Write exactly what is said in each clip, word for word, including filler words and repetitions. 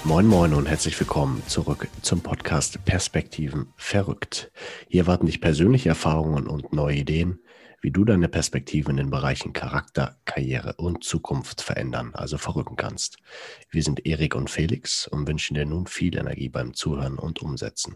Moin Moin und herzlich willkommen zurück zum Podcast Perspektiven verrückt. Hier warten dich persönliche Erfahrungen und neue Ideen, wie du deine Perspektive in den Bereichen Charakter, Karriere und Zukunft verändern, also verrücken kannst. Wir sind Erik und Felix und wünschen dir nun viel Energie beim Zuhören und Umsetzen.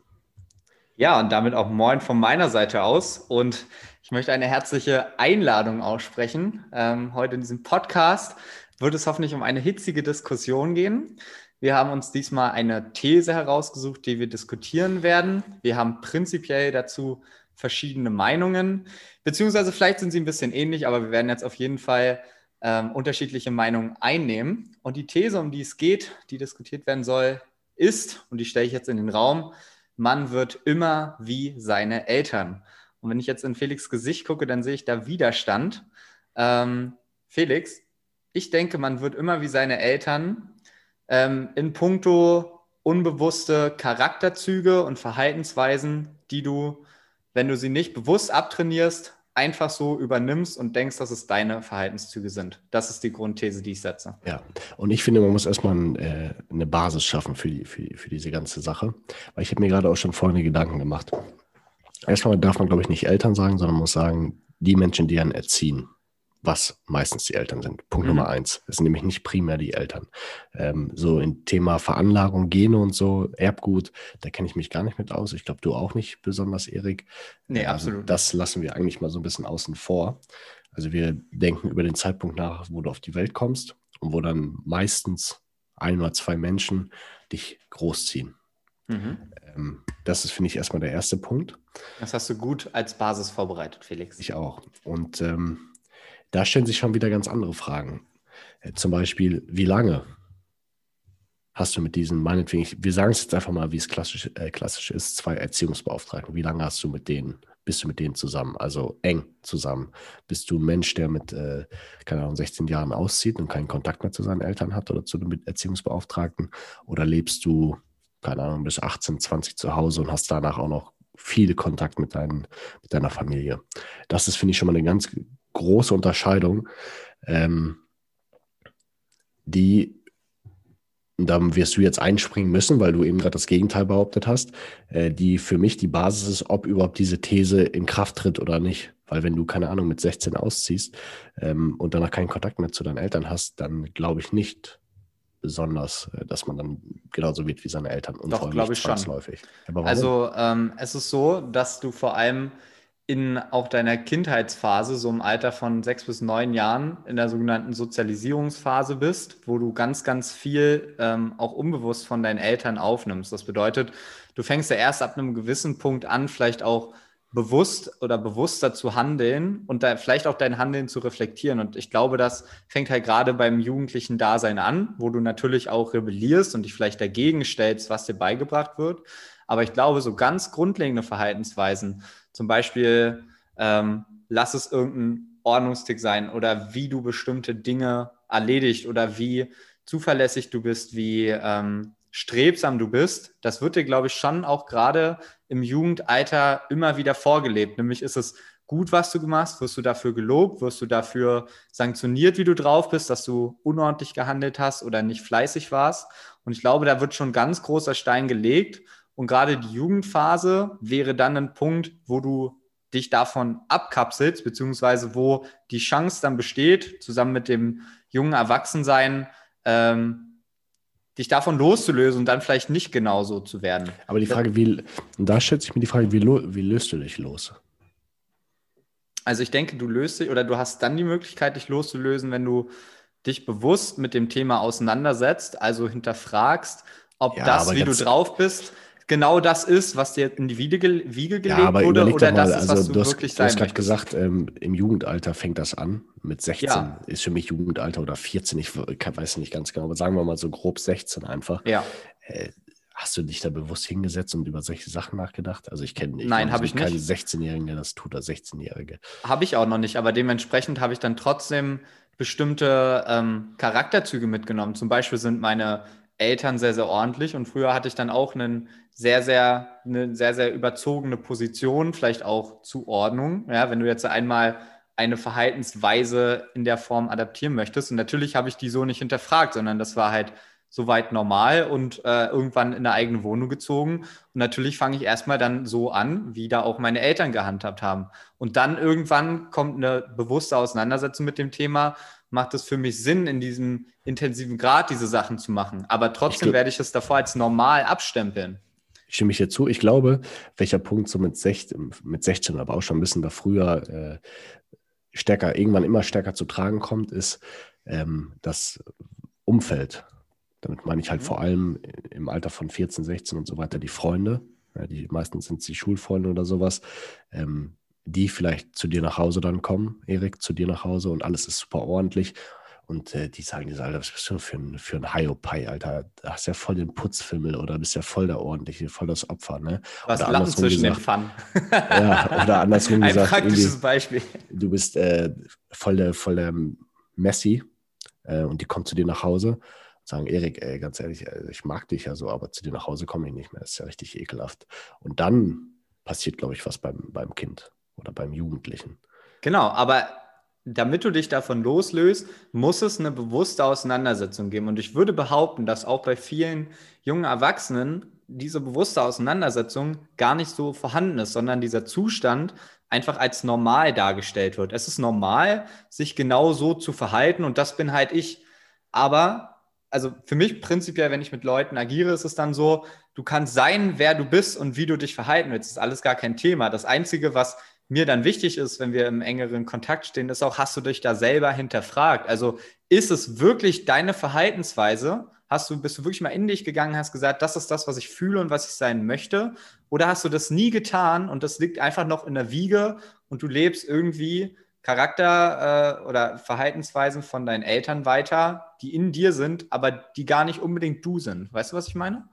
Ja, und damit auch Moin von meiner Seite aus. Und ich möchte eine herzliche Einladung aussprechen. Ähm, heute in diesem Podcast wird es hoffentlich um eine hitzige Diskussion gehen. Wir haben uns diesmal eine These herausgesucht, die wir diskutieren werden. Wir haben prinzipiell dazu verschiedene Meinungen, beziehungsweise vielleicht sind sie ein bisschen ähnlich, aber wir werden jetzt auf jeden Fall ähm, unterschiedliche Meinungen einnehmen. Und die These, um die es geht, die diskutiert werden soll, ist, und die stelle ich jetzt in den Raum: Man wird immer wie seine Eltern. Und wenn ich jetzt in Felix' Gesicht gucke, dann sehe ich da Widerstand. Ähm, Felix, ich denke, man wird immer wie seine Eltern ähm, in puncto unbewusste Charakterzüge und Verhaltensweisen, die du, wenn du sie nicht bewusst abtrainierst, einfach so übernimmst und denkst, dass es deine Verhaltenszüge sind. Das ist die Grundthese, die ich setze. Ja, und ich finde, man muss erstmal ein, äh, eine Basis schaffen für, die, für, für diese ganze Sache, weil ich habe mir gerade auch schon folgende Gedanken gemacht. Erstmal darf man, glaube ich, nicht Eltern sagen, sondern muss sagen, die Menschen, die einen erziehen, was meistens die Eltern sind. Punkt Mhm. Nummer eins. Es sind nämlich nicht primär die Eltern. Ähm, so im Thema Veranlagung, Gene und so, Erbgut, da kenne ich mich gar nicht mit aus. Ich glaube, du auch nicht besonders, Erik. Nee, Äh, also absolut das nicht. lassen wir eigentlich mal so ein bisschen außen vor. Also wir denken über den Zeitpunkt nach, wo du auf die Welt kommst und wo dann meistens ein oder zwei Menschen dich großziehen. Mhm. Ähm, das ist, finde ich, erstmal der erste Punkt. Das hast du gut als Basis vorbereitet, Felix. Ich auch. Und ähm, da stellen sich schon wieder ganz andere Fragen. Äh, zum Beispiel, wie lange hast du mit diesen, meinetwegen, ich, wir sagen es jetzt einfach mal, wie es klassisch, äh, klassisch ist, zwei Erziehungsbeauftragten. Wie lange hast du mit denen, bist du mit denen zusammen, also eng zusammen? Bist du ein Mensch, der mit, äh, keine Ahnung, sechzehn Jahren auszieht und keinen Kontakt mehr zu seinen Eltern hat oder zu dem Erziehungsbeauftragten? Oder lebst du, keine Ahnung, bis achtzehn, zwanzig zu Hause und hast danach auch noch viel Kontakt mit, deinen, mit deiner Familie? Das ist, finde ich, schon mal eine ganz große Unterscheidung, ähm, die, und da wirst du jetzt einspringen müssen, weil du eben gerade das Gegenteil behauptet hast, äh, die für mich die Basis ist, ob überhaupt diese These in Kraft tritt oder nicht. Weil wenn du, keine Ahnung, mit sechzehn ausziehst ähm, und danach keinen Kontakt mehr zu deinen Eltern hast, dann glaube ich nicht besonders, äh, dass man dann genauso wird wie seine Eltern und vor Doch, allem glaube nicht ich schon. zwangsläufig. Aber warum? Also ähm, es ist so, dass du vor allem in auch deiner Kindheitsphase, so im Alter von sechs bis neun Jahren, in der sogenannten Sozialisierungsphase bist, wo du ganz, ganz viel ähm, auch unbewusst von deinen Eltern aufnimmst. Das bedeutet, du fängst ja erst ab einem gewissen Punkt an, vielleicht auch bewusst oder bewusster zu handeln und da vielleicht auch dein Handeln zu reflektieren. Und ich glaube, das fängt halt gerade beim jugendlichen Dasein an, wo du natürlich auch rebellierst und dich vielleicht dagegen stellst, was dir beigebracht wird. Aber ich glaube, so ganz grundlegende Verhaltensweisen, zum Beispiel, ähm, lass es irgendein Ordnungstick sein oder wie du bestimmte Dinge erledigt oder wie zuverlässig du bist, wie ähm, strebsam du bist, das wird dir, glaube ich, schon auch gerade im Jugendalter immer wieder vorgelebt. Nämlich ist es gut, was du gemacht hast, wirst du dafür gelobt, wirst du dafür sanktioniert, wie du drauf bist, dass du unordentlich gehandelt hast oder nicht fleißig warst. Und ich glaube, da wird schon ein ganz großer Stein gelegt. Und gerade die Jugendphase wäre dann ein Punkt, wo du dich davon abkapselst, beziehungsweise wo die Chance dann besteht, zusammen mit dem jungen Erwachsensein, ähm, dich davon loszulösen und dann vielleicht nicht genauso zu werden. Aber die Frage, wie, und da stellt sich mir die Frage, wie, wie löst du dich los? Also ich denke, du löst dich oder du hast dann die Möglichkeit, dich loszulösen, wenn du dich bewusst mit dem Thema auseinandersetzt, also hinterfragst, ob Ja, das, aber wie du ganz, drauf bist, genau das ist, was dir in die Wiege, Wiege Ja, gelegt aber wurde überleg doch oder mal, das ist, also was du du hast, wirklich du hast sein gerade möchtest. gesagt, ähm, im Jugendalter fängt das an. Mit sechzehn Ja, ist für mich Jugendalter oder vierzehn, ich w- kann- weiß nicht ganz genau, aber sagen wir mal so grob sechzehn einfach. ja. Äh, hast du dich da bewusst hingesetzt und über solche Sachen nachgedacht? Also ich kenne, ich Nein, glaube, es habe ich gibt keinen nicht. sechzehnjährigen, der das tut, oder sechzehnjährige. Habe ich auch noch nicht, aber dementsprechend habe ich dann trotzdem bestimmte ähm, Charakterzüge mitgenommen. Zum Beispiel sind meine Eltern sehr, sehr ordentlich und früher hatte ich dann auch einen sehr, sehr, eine sehr, sehr überzogene Position, vielleicht auch Zuordnung. Ja, wenn du jetzt einmal eine Verhaltensweise in der Form adaptieren möchtest. Und natürlich habe ich die so nicht hinterfragt, sondern das war halt soweit normal und äh, irgendwann in eine eigene Wohnung gezogen. Und natürlich fange ich erstmal dann so an, wie da auch meine Eltern gehandhabt haben. Und dann irgendwann kommt eine bewusste Auseinandersetzung mit dem Thema, macht es für mich Sinn, in diesem intensiven Grad diese Sachen zu machen. Aber trotzdem gl- werde ich es davor als normal abstempeln. Stimme ich dir zu. Ich glaube, welcher Punkt so mit sechzehn, mit sechzehn, aber auch schon ein bisschen da früher äh, stärker, irgendwann immer stärker zu tragen kommt, ist ähm, das Umfeld. Damit meine ich halt Mhm. vor allem im Alter von vierzehn, sechzehn und so weiter die Freunde. Ja, die meistens sind es die Schulfreunde oder sowas, ähm, die vielleicht zu dir nach Hause dann kommen, Erik, zu dir nach Hause und alles ist super ordentlich. Und äh, die sagen dir, Alter, was bist du für ein, für ein Hiopai, Alter? Da hast ja voll den Putzfimmel oder bist ja voll der Ordentliche, voll das Opfer, ne? Du hast Oder Lappen andersrum zwischen den gesagt, Pfannen. ja, oder andersrum Ein gesagt, praktisches irgendwie, Beispiel. du bist äh, voll der, voll der Messi äh, und die kommt zu dir nach Hause und sagen, Erik, ey, ganz ehrlich, äh, ich mag dich ja so, aber zu dir nach Hause komme ich nicht mehr. Das ist ja richtig ekelhaft. Und dann passiert, glaube ich, was beim, beim Kind oder beim Jugendlichen. Genau, aber damit du dich davon loslöst, muss es eine bewusste Auseinandersetzung geben. Und ich würde behaupten, dass auch bei vielen jungen Erwachsenen diese bewusste Auseinandersetzung gar nicht so vorhanden ist, sondern dieser Zustand einfach als normal dargestellt wird. Es ist normal, sich genau so zu verhalten und das bin halt ich. Aber, also für mich prinzipiell, wenn ich mit Leuten agiere, ist es dann so, du kannst sein, wer du bist und wie du dich verhalten willst. Das ist alles gar kein Thema. Das Einzige, was mir dann wichtig ist, wenn wir im engeren Kontakt stehen, ist auch, hast du dich da selber hinterfragt? Also ist es wirklich deine Verhaltensweise? Hast du, bist du wirklich mal in dich gegangen, hast gesagt, das ist das, was ich fühle und was ich sein möchte? Oder hast du das nie getan und das liegt einfach noch in der Wiege und du lebst irgendwie Charakter äh, oder Verhaltensweisen von deinen Eltern weiter, die in dir sind, aber die gar nicht unbedingt du sind? Weißt du, was ich meine?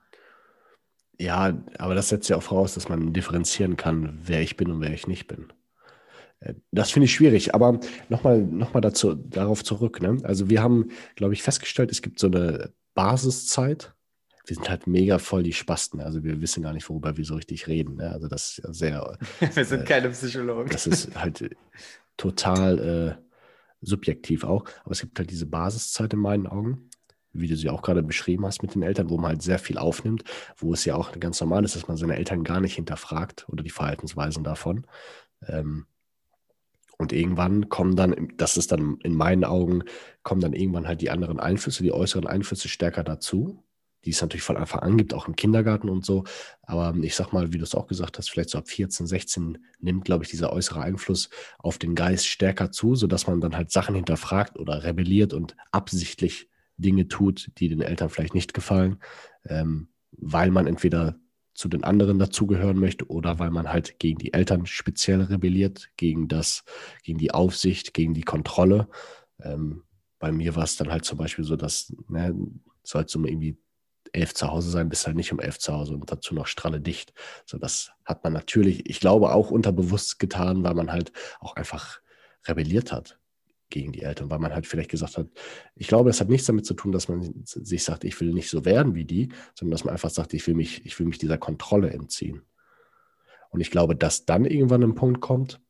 Ja, aber das setzt ja auch voraus, dass man differenzieren kann, wer ich bin und wer ich nicht bin. Äh, Das finde ich schwierig, aber nochmal noch mal dazu, darauf zurück. Ne? Also wir haben, glaube ich, festgestellt, es gibt so eine Basiszeit. Wir sind halt mega voll die Spasten. Also wir wissen gar nicht, worüber wir so richtig reden. Ne? Also das ist ja sehr, Wir sind äh, keine Psychologen. das ist halt total äh, subjektiv auch. Aber es gibt halt diese Basiszeit in meinen Augen, wie du sie auch gerade beschrieben hast mit den Eltern, wo man halt sehr viel aufnimmt, wo es ja auch ganz normal ist, dass man seine Eltern gar nicht hinterfragt oder die Verhaltensweisen davon. Ähm, und irgendwann kommen dann, das ist dann in meinen Augen, kommen dann irgendwann halt die anderen Einflüsse, die äußeren Einflüsse stärker dazu, die es natürlich von Anfang an gibt, auch im Kindergarten und so. Aber ich sag mal, wie du es auch gesagt hast, vielleicht so ab vierzehn, sechzehn nimmt, glaube ich, dieser äußere Einfluss auf den Geist stärker zu, sodass man dann halt Sachen hinterfragt oder rebelliert und absichtlich Dinge tut, die den Eltern vielleicht nicht gefallen, ähm, weil man entweder zu den anderen dazugehören möchte oder weil man halt gegen die Eltern speziell rebelliert, gegen das, gegen die Aufsicht, gegen die Kontrolle. Ähm, bei mir war es dann halt zum Beispiel so, dass, ne, sollst du irgendwie elf zu Hause sein, bist halt nicht um elf zu Hause und dazu noch stralle dicht. So, das hat man natürlich, ich glaube, auch unterbewusst getan, weil man halt auch einfach rebelliert hat gegen die Eltern, weil man halt vielleicht gesagt hat, ich glaube, es hat nichts damit zu tun, dass man sich sagt, ich will nicht so werden wie die, sondern dass man einfach sagt, ich will mich, ich will mich dieser Kontrolle entziehen. Und ich glaube, dass dann irgendwann ein Punkt kommt,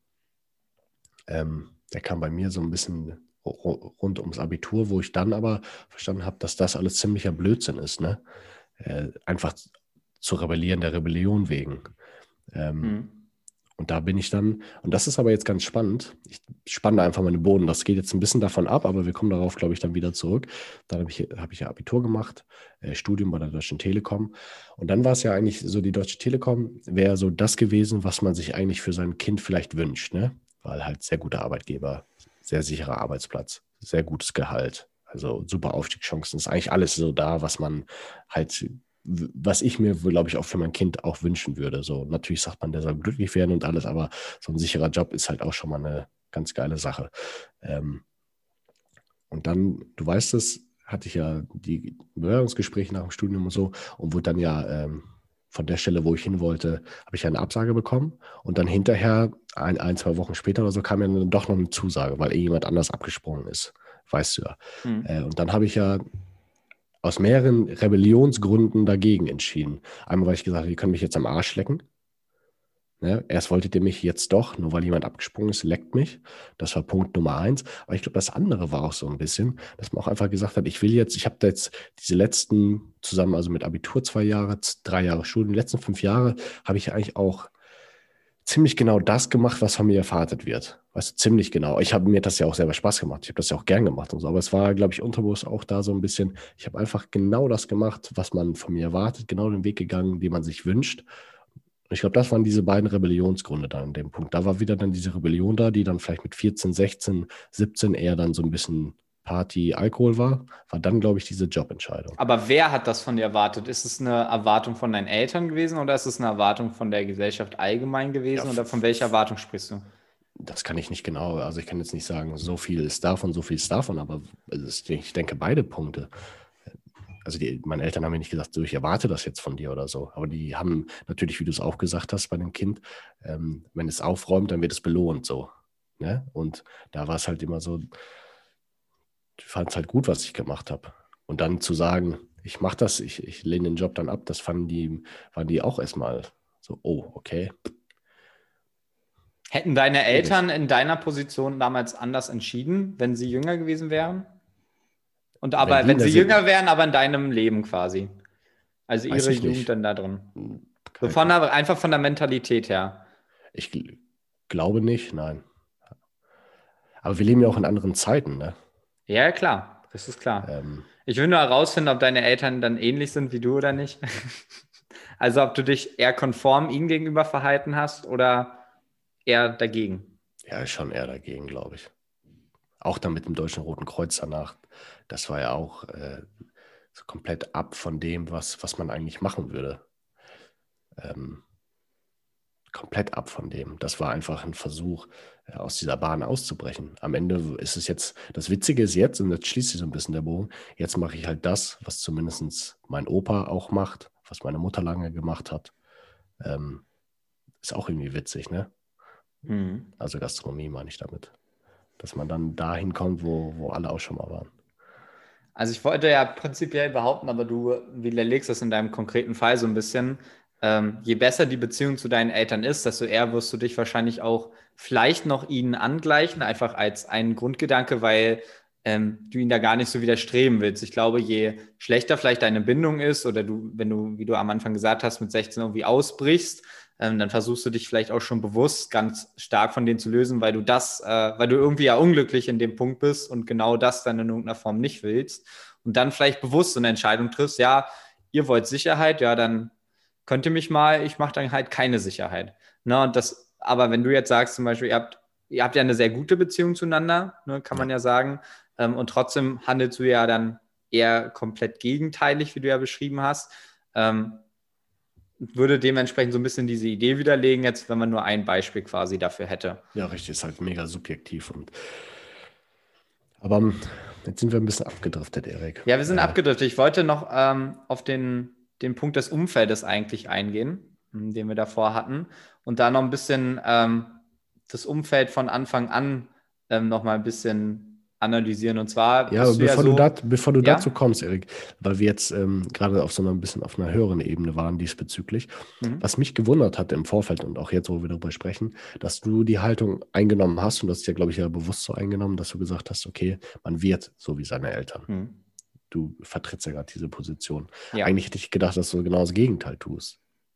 ähm, der kam bei mir so ein bisschen ru- rund ums Abitur, wo ich dann aber verstanden habe, dass das alles ziemlicher Blödsinn ist, ne? Äh, einfach zu rebellieren, der Rebellion wegen. Ähm, Hm. Und da bin ich dann, und das ist aber jetzt ganz spannend, ich spanne einfach meine Boden, das geht jetzt ein bisschen davon ab, aber wir kommen darauf, glaube ich, dann wieder zurück. Dann habe ich, hab ich ja Abitur gemacht, äh, Studium bei der Deutschen Telekom. Und dann war es ja eigentlich so, die Deutsche Telekom wäre so das gewesen, was man sich eigentlich für sein Kind vielleicht wünscht, ne? Weil halt sehr guter Arbeitgeber, sehr sicherer Arbeitsplatz, sehr gutes Gehalt, also super Aufstiegschancen, ist eigentlich alles so da, was man halt was ich mir, glaube ich, auch für mein Kind auch wünschen würde. So, natürlich sagt man, der soll glücklich werden und alles, aber so ein sicherer Job ist halt auch schon mal eine ganz geile Sache. Ähm, und dann, du weißt es, hatte ich ja die Bewerbungsgespräche nach dem Studium und so und wurde dann ja ähm, von der Stelle, wo ich hin wollte, habe ich ja eine Absage bekommen und dann hinterher, ein, ein, zwei Wochen später oder so, kam ja dann doch noch eine Zusage, weil irgendjemand anders abgesprungen ist. Weißt du ja. Hm. Äh, und dann habe ich ja aus mehreren Rebellionsgründen dagegen entschieden. Einmal, weil ich gesagt habe, die können mich jetzt am Arsch lecken. Ne? Erst wolltet ihr mich, jetzt doch, nur weil jemand abgesprungen ist, leckt mich. Das war Punkt Nummer eins. Aber ich glaube, das andere war auch so ein bisschen, dass man auch einfach gesagt hat, ich will jetzt, ich habe da jetzt diese letzten, zusammen also mit Abitur zwei Jahre, z- drei Jahre Schule, die letzten fünf Jahre habe ich eigentlich auch ziemlich genau das gemacht, was von mir erwartet wird. Weißt du, ziemlich genau. Ich habe mir hat das ja auch selber Spaß gemacht. Ich habe das ja auch gern gemacht und so. Aber es war, glaube ich, unterbewusst auch da so ein bisschen, ich habe einfach genau das gemacht, was man von mir erwartet, genau den Weg gegangen, den man sich wünscht. Und ich glaube, das waren diese beiden Rebellionsgründe dann an dem Punkt. Da war wieder dann diese Rebellion da, die dann vielleicht mit vierzehn, sechzehn, siebzehn eher dann so ein bisschen Party, Alkohol war, war dann, glaube ich, diese Jobentscheidung. Aber wer hat das von dir erwartet? Ist es eine Erwartung von deinen Eltern gewesen oder ist es eine Erwartung von der Gesellschaft allgemein Ja, gewesen oder f- von welcher Erwartung sprichst du? das kann ich nicht genau. Also ich kann jetzt nicht sagen, so viel ist davon, so viel ist davon, aber es ist, ich denke, beide Punkte. Also die, meine Eltern haben mir nicht gesagt, so, ich erwarte das jetzt von dir oder so. Aber die haben natürlich, wie du es auch gesagt hast bei dem Kind, ähm, wenn es aufräumt, dann wird es belohnt so. Ne? Und da war es halt immer so, ich fand es halt gut, was ich gemacht habe. Und dann zu sagen, ich mache das, ich, ich lehne den Job dann ab, das fanden die, waren die auch erstmal so, oh, okay, Hätten deine schwierig. Eltern in deiner Position damals anders entschieden, wenn sie jünger gewesen wären? Und Wenn aber, die in wenn der sie Se jünger wären, aber in deinem Leben quasi. Also weiß ihre ich Jugend nicht. dann da drin. So von Kein, der, einfach von der Mentalität her. ich gl- glaube nicht, nein. Aber wir leben ja auch in anderen Zeiten, ne? Ja, klar. Das ist klar. Ähm, Ich will nur herausfinden, ob deine Eltern dann ähnlich sind wie du oder nicht. Also ob du dich eher konform ihnen gegenüber verhalten hast oder eher dagegen. ja, schon eher dagegen, glaube ich. Auch dann mit dem Deutschen Roten Kreuz danach. Das war ja auch äh, so komplett ab von dem, was, was man eigentlich machen würde. Ähm, komplett ab von dem. Das war einfach ein Versuch, äh, aus dieser Bahn auszubrechen. Am Ende ist es jetzt, das Witzige ist jetzt, und jetzt schließt sich so ein bisschen der Bogen, jetzt mache ich halt das, was zumindest mein Opa auch macht, was meine Mutter lange gemacht hat. Ähm, ist auch irgendwie witzig, ne? Mhm. Also Gastronomie meine ich damit. Dass man dann dahin kommt, wo, wo alle auch schon mal waren. Also ich wollte ja prinzipiell behaupten, aber du widerlegst das in deinem konkreten Fall so ein bisschen. Ähm, je besser die Beziehung zu deinen Eltern ist, desto eher wirst du dich wahrscheinlich auch vielleicht noch ihnen angleichen, einfach als einen Grundgedanke, weil ähm, du ihnen da gar nicht so widerstreben willst. Ich glaube, je schlechter vielleicht deine Bindung ist oder du, wenn du, wie du am Anfang gesagt hast, mit sechzehn irgendwie ausbrichst, ähm, dann versuchst du dich vielleicht auch schon bewusst ganz stark von denen zu lösen, weil du das, äh, weil du irgendwie ja unglücklich in dem Punkt bist und genau das dann in irgendeiner Form nicht willst und dann vielleicht bewusst so eine Entscheidung triffst, ja, ihr wollt Sicherheit, ja, dann könnt ihr mich mal, ich mache dann halt keine Sicherheit. Ne, und das, aber wenn du jetzt sagst, zum Beispiel, ihr habt, ihr habt ja eine sehr gute Beziehung zueinander, ne, kann Ja. man ja sagen, ähm, und trotzdem handelst du ja dann eher komplett gegenteilig, wie du ja beschrieben hast. Ähm, würde dementsprechend so ein bisschen diese Idee widerlegen, jetzt wenn man nur ein Beispiel quasi dafür hätte. Ja, richtig, ist halt mega subjektiv. Und, aber ähm, jetzt sind wir ein bisschen abgedriftet, Erik. Ja, wir sind Äh, abgedriftet. Ich wollte noch ähm, auf den, den Punkt des Umfeldes eigentlich eingehen, m, den wir davor hatten, und da noch ein bisschen ähm, das Umfeld von Anfang an ähm, noch mal ein bisschen analysieren. Und zwar ja, aber bist du ja bevor du, so, dat, bevor du dazu ja? kommst, Erik, weil wir jetzt ähm, gerade auf so einer ein bisschen auf einer höheren Ebene waren diesbezüglich, Mhm. was mich gewundert hat im Vorfeld und auch jetzt, wo wir darüber sprechen, dass du die Haltung eingenommen hast und das ist ja, glaube ich, ja bewusst so eingenommen, dass du gesagt hast, okay, man wird so wie seine Eltern. Mhm. Du vertrittst ja gerade diese Position. Ja. Eigentlich hätte ich gedacht, dass du genau das Gegenteil tust.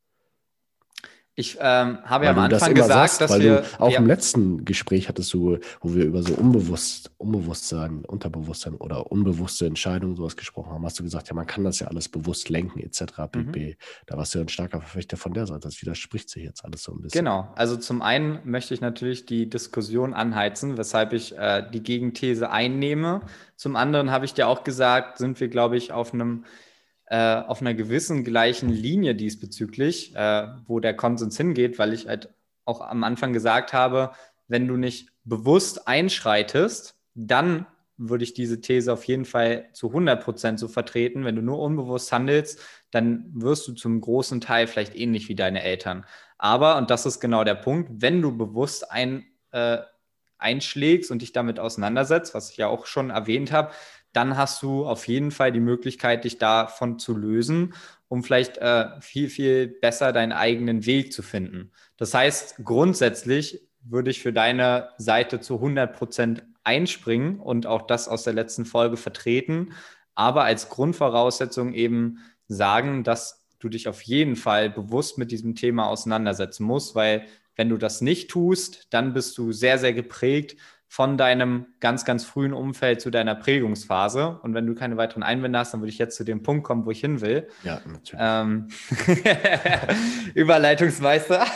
Ich ähm, habe ja Weil am du das Anfang immer gesagt, sagst, dass weil du wir, auch ja, im letzten Gespräch hattest du, wo wir über so Unbewusst, Unbewusstsein, Unterbewusstsein oder unbewusste Entscheidungen sowas gesprochen haben, hast du gesagt, ja, man kann das ja alles bewusst lenken, et cetera mhm. pp. Da warst du ja ein starker Verfechter von der Seite. Das widerspricht sich jetzt alles so ein bisschen. Genau, also zum einen möchte ich natürlich die Diskussion anheizen, weshalb ich äh, die Gegenthese einnehme. Zum anderen habe ich dir auch gesagt, sind wir, glaube ich, auf einem äh, auf einer gewissen gleichen Linie diesbezüglich, äh, wo der Konsens hingeht, weil ich halt auch am Anfang gesagt habe, wenn du nicht bewusst einschreitest, dann würde ich diese These auf jeden Fall zu hundert Prozent so vertreten. Wenn du nur unbewusst handelst, dann wirst du zum großen Teil vielleicht ähnlich wie deine Eltern. Aber, und das ist genau der Punkt, wenn du bewusst ein, äh, einschlägst und dich damit auseinandersetzt, was ich ja auch schon erwähnt habe, dann hast du auf jeden Fall die Möglichkeit, dich davon zu lösen. um vielleicht äh, viel, viel besser deinen eigenen Weg zu finden. Das heißt, grundsätzlich würde ich für deine Seite zu hundert Prozent einspringen und auch das aus der letzten Folge vertreten, aber als Grundvoraussetzung eben sagen, dass du dich auf jeden Fall bewusst mit diesem Thema auseinandersetzen musst, weil wenn du das nicht tust, dann bist du sehr, sehr geprägt von deinem ganz, ganz frühen Umfeld zu deiner Prägungsphase. Und wenn du keine weiteren Einwände hast, dann würde ich jetzt zu dem Punkt kommen, wo ich hin will. Ja, natürlich. Ähm, Überleitungsmeister.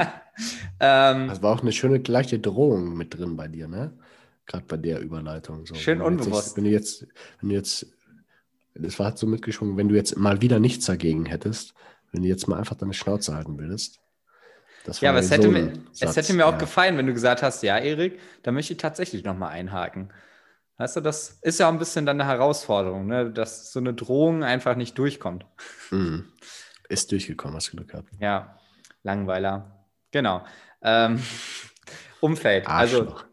ähm, Das war auch eine schöne gleiche Drohung mit drin bei dir, ne? Gerade bei der Überleitung. So. Schön wenn unbewusst. Jetzt, wenn du jetzt, wenn du jetzt, das war so mitgeschwungen, wenn du jetzt mal wieder nichts dagegen hättest, wenn du jetzt mal einfach deine Schnauze halten würdest. Das war ja, aber es hätte, so mir, Satz, es hätte mir auch ja. gefallen, wenn du gesagt hast, ja, Erik, da möchte ich tatsächlich nochmal einhaken. Weißt du, das ist ja auch ein bisschen dann eine Herausforderung, ne? Dass so eine Drohung einfach nicht durchkommt. Mhm. Ist durchgekommen, hast du Glück gehabt. Ja, Langweiler. Genau. Ähm, Umfeld. Arschloch.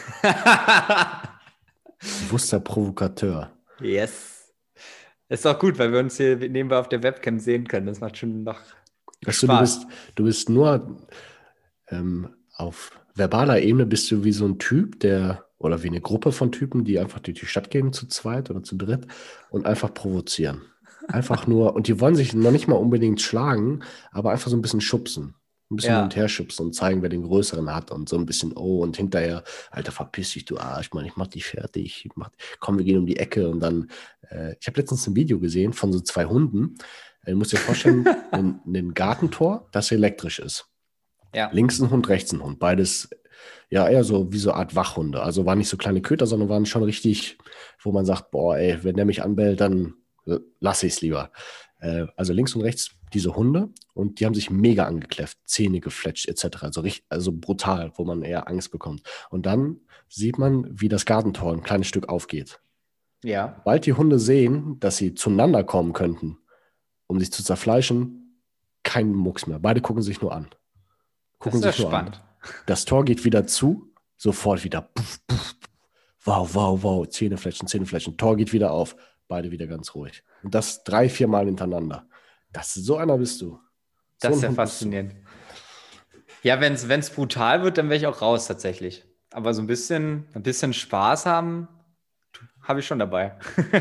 Also. Bewusster Provokateur. Yes. Ist auch gut, weil wir uns hier nebenbei auf der Webcam sehen können. Das macht schon noch Weißt du, Spaß. du bist, du bist nur ähm, auf verbaler Ebene bist du wie so ein Typ, der, oder wie eine Gruppe von Typen, die einfach durch die Stadt gehen, zu zweit oder zu dritt und einfach provozieren. Einfach nur, und die wollen sich noch nicht mal unbedingt schlagen, aber einfach so ein bisschen schubsen. Ein bisschen Ja. hin und her schubsen und zeigen, wer den Größeren hat und so ein bisschen, oh, und hinterher, Alter, verpiss dich, du Arsch, Mann, ich mach dich fertig. Ich mach, komm, wir gehen um die Ecke und dann, äh, ich habe letztens ein Video gesehen von so zwei Hunden. Du musst dir vorstellen, ein, ein Gartentor, das elektrisch ist. Ja. Links ein Hund, rechts ein Hund. Beides, ja, eher so wie so eine Art Wachhunde. Also waren nicht so kleine Köter, sondern waren schon richtig, wo man sagt, boah, ey, wenn der mich anbellt, dann lasse ich es lieber. Äh, also links und rechts diese Hunde und die haben sich mega angekläfft, Zähne gefletscht et cetera. Also, richtig, also brutal, wo man eher Angst bekommt. Und dann sieht man, wie das Gartentor ein kleines Stück aufgeht. Ja. Sobald die Hunde sehen, dass sie zueinander kommen könnten, um sich zu zerfleischen, kein Mucks mehr. Beide gucken sich nur an. Gucken das ist sich nur spannend. an. Das Tor geht wieder zu, sofort wieder. Puff, puff, wow, wow, wow. Zähnefletschen, Zähnefletschen. Tor geht wieder auf. Beide wieder ganz ruhig. Und das drei, vier Mal hintereinander. Das, so einer bist du. So das ist ja faszinierend. Ja, wenn es brutal wird, dann wäre ich auch raus tatsächlich. Aber so ein bisschen, ein bisschen Spaß haben, habe ich schon dabei.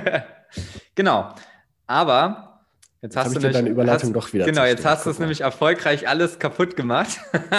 Genau. Aber jetzt, jetzt hast du nämlich, deine Überleitung hast, doch wieder. Genau, jetzt hast du es nämlich erfolgreich alles kaputt gemacht.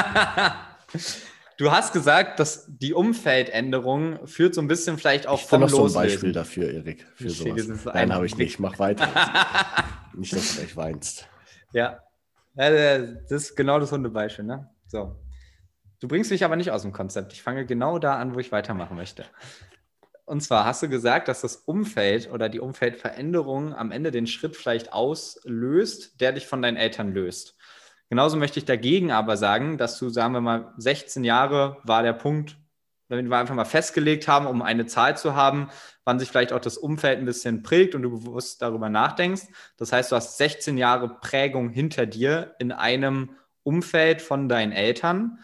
Du hast gesagt, dass die Umfeldänderung führt so ein bisschen vielleicht auch ich vom noch Loslösen. So ein Beispiel dafür, Erik, für sowas. Nein, habe ich nicht. Mach weiter. Nicht, dass du gleich weinst. Ja. ja, das ist genau das Hundebeispiel, ne? So. Du bringst mich aber nicht aus dem Konzept. Ich fange genau da an, wo ich weitermachen möchte. Und zwar hast du gesagt, dass das Umfeld oder die Umfeldveränderung am Ende den Schritt vielleicht auslöst, der dich von deinen Eltern löst. Genauso möchte ich dagegen aber sagen, dass du, sagen wir mal, sechzehn Jahre war der Punkt, wenn wir einfach mal festgelegt haben, um eine Zahl zu haben, wann sich vielleicht auch das Umfeld ein bisschen prägt und du bewusst darüber nachdenkst. Das heißt, du hast sechzehn Jahre Prägung hinter dir in einem Umfeld von deinen Eltern,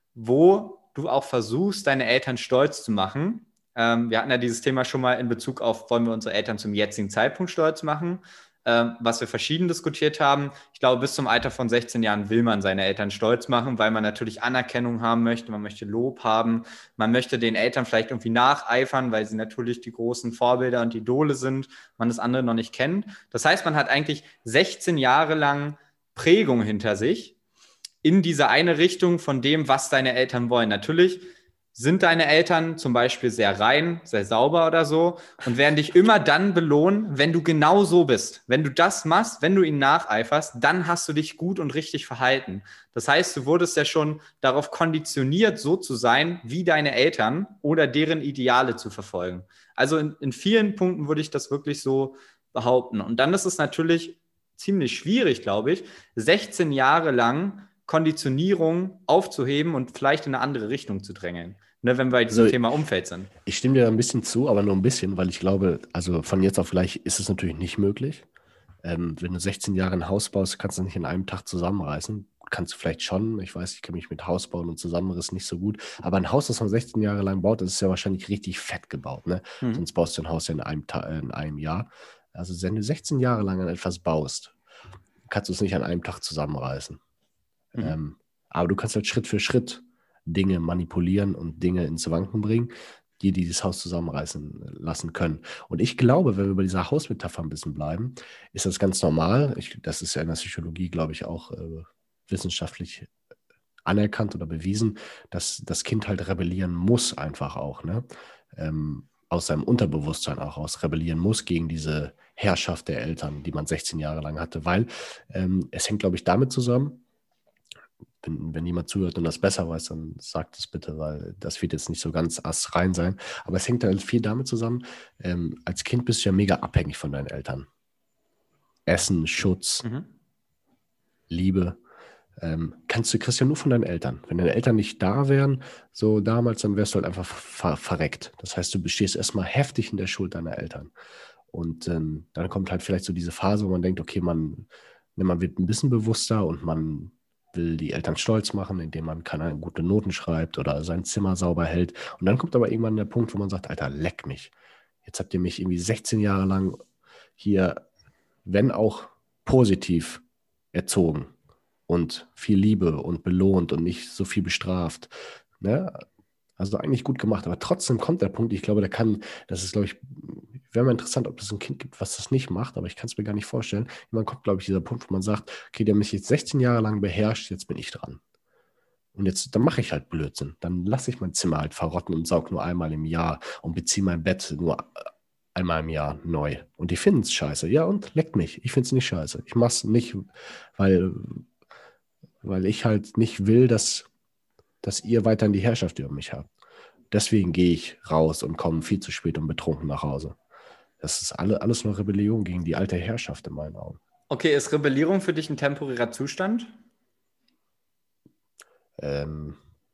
wo du auch versuchst, deine Eltern stolz zu machen. Ähm, wir hatten ja dieses Thema schon mal in Bezug auf, wollen wir unsere Eltern zum jetzigen Zeitpunkt stolz machen, ähm, was wir verschieden diskutiert haben. Ich glaube, bis zum Alter von sechzehn Jahren will man seine Eltern stolz machen, weil man natürlich Anerkennung haben möchte, man möchte Lob haben, man möchte den Eltern vielleicht irgendwie nacheifern, weil sie natürlich die großen Vorbilder und Idole sind, man das andere noch nicht kennt. Das heißt, man hat eigentlich sechzehn Jahre lang Prägung hinter sich, in diese eine Richtung von dem, was deine Eltern wollen. Natürlich sind deine Eltern zum Beispiel sehr rein, sehr sauber oder so und werden dich immer dann belohnen, wenn du genau so bist. Wenn du das machst, wenn du ihnen nacheiferst, dann hast du dich gut und richtig verhalten. Das heißt, du wurdest ja schon darauf konditioniert, so zu sein wie deine Eltern oder deren Ideale zu verfolgen. Also in, in vielen Punkten würde ich das wirklich so behaupten. Und dann ist es natürlich ziemlich schwierig, glaube ich, sechzehn Jahre lang Konditionierung aufzuheben und vielleicht in eine andere Richtung zu drängeln, ne, wenn wir bei diesem also, Thema Umfeld sind. Ich stimme dir da ein bisschen zu, aber nur ein bisschen, weil ich glaube, also von jetzt auf gleich ist es natürlich nicht möglich. Ähm, wenn du sechzehn Jahre ein Haus baust, kannst du nicht in einem Tag zusammenreißen. Kannst du vielleicht schon, ich weiß, ich kenne mich mit Hausbauen und Zusammenriss nicht so gut, aber ein Haus, das man sechzehn Jahre lang baut, das ist ja wahrscheinlich richtig fett gebaut, ne? Mhm. Sonst baust du ein Haus ja in einem, Ta- in einem Jahr. Also wenn du sechzehn Jahre lang an etwas baust kannst du es nicht an einem Tag zusammenreißen. Mhm. Ähm, aber du kannst halt Schritt für Schritt Dinge manipulieren und Dinge ins Wanken bringen, die dieses Haus zusammenreißen lassen können. Und ich glaube, wenn wir bei dieser Hausmetapher ein bisschen bleiben, ist das ganz normal. Ich, das ist ja in der Psychologie, glaube ich, auch äh, wissenschaftlich anerkannt oder bewiesen, dass das Kind halt rebellieren muss einfach auch, ne? Ähm, aus seinem Unterbewusstsein auch aus rebellieren muss gegen diese Herrschaft der Eltern, die man sechzehn Jahre lang hatte, weil ähm, es hängt, glaube ich, damit zusammen, wenn, wenn jemand zuhört und das besser weiß, dann sagt es bitte, weil das wird jetzt nicht so ganz astrein sein, aber es hängt halt viel damit zusammen, ähm, als Kind bist du ja mega abhängig von deinen Eltern. Essen, Schutz, Mhm. Liebe, ähm, kannst du, kriegst ja nur von deinen Eltern. Wenn deine Eltern nicht da wären, so damals, dann wärst du halt einfach ver verreckt. Das heißt, du bestehst erstmal heftig in der Schuld deiner Eltern. Und ähm, dann kommt halt vielleicht so diese Phase, wo man denkt, okay, man, ne, man wird ein bisschen bewusster und man will die Eltern stolz machen, indem man keine gute Noten schreibt oder sein Zimmer sauber hält. Und dann kommt aber irgendwann der Punkt, wo man sagt, Alter, leck mich. Jetzt habt ihr mich irgendwie sechzehn Jahre lang hier, wenn auch positiv, erzogen und viel Liebe und belohnt und nicht so viel bestraft. Ne? Also eigentlich gut gemacht, aber trotzdem kommt der Punkt, ich glaube, der kann, das ist, glaube ich, wäre mal interessant, ob es ein Kind gibt, was das nicht macht, aber ich kann es mir gar nicht vorstellen. Irgendwann kommt, glaube ich, dieser Punkt, wo man sagt, okay, der hat mich jetzt sechzehn Jahre lang beherrscht, jetzt bin ich dran. Und jetzt, dann mache ich halt Blödsinn. Dann lasse ich mein Zimmer halt verrotten und saug nur einmal im Jahr und beziehe mein Bett nur einmal im Jahr neu. Und die finden es scheiße. Ja, und leckt mich. Ich finde es nicht scheiße. Ich mache es nicht, weil, weil ich halt nicht will, dass, dass ihr weiterhin die Herrschaft über mich habt. Deswegen gehe ich raus und komme viel zu spät und betrunken nach Hause. Das ist alle, alles nur Rebellion gegen die alte Herrschaft in meinen Augen. Okay, ist Rebellierung für dich ein temporärer Zustand? Ähm,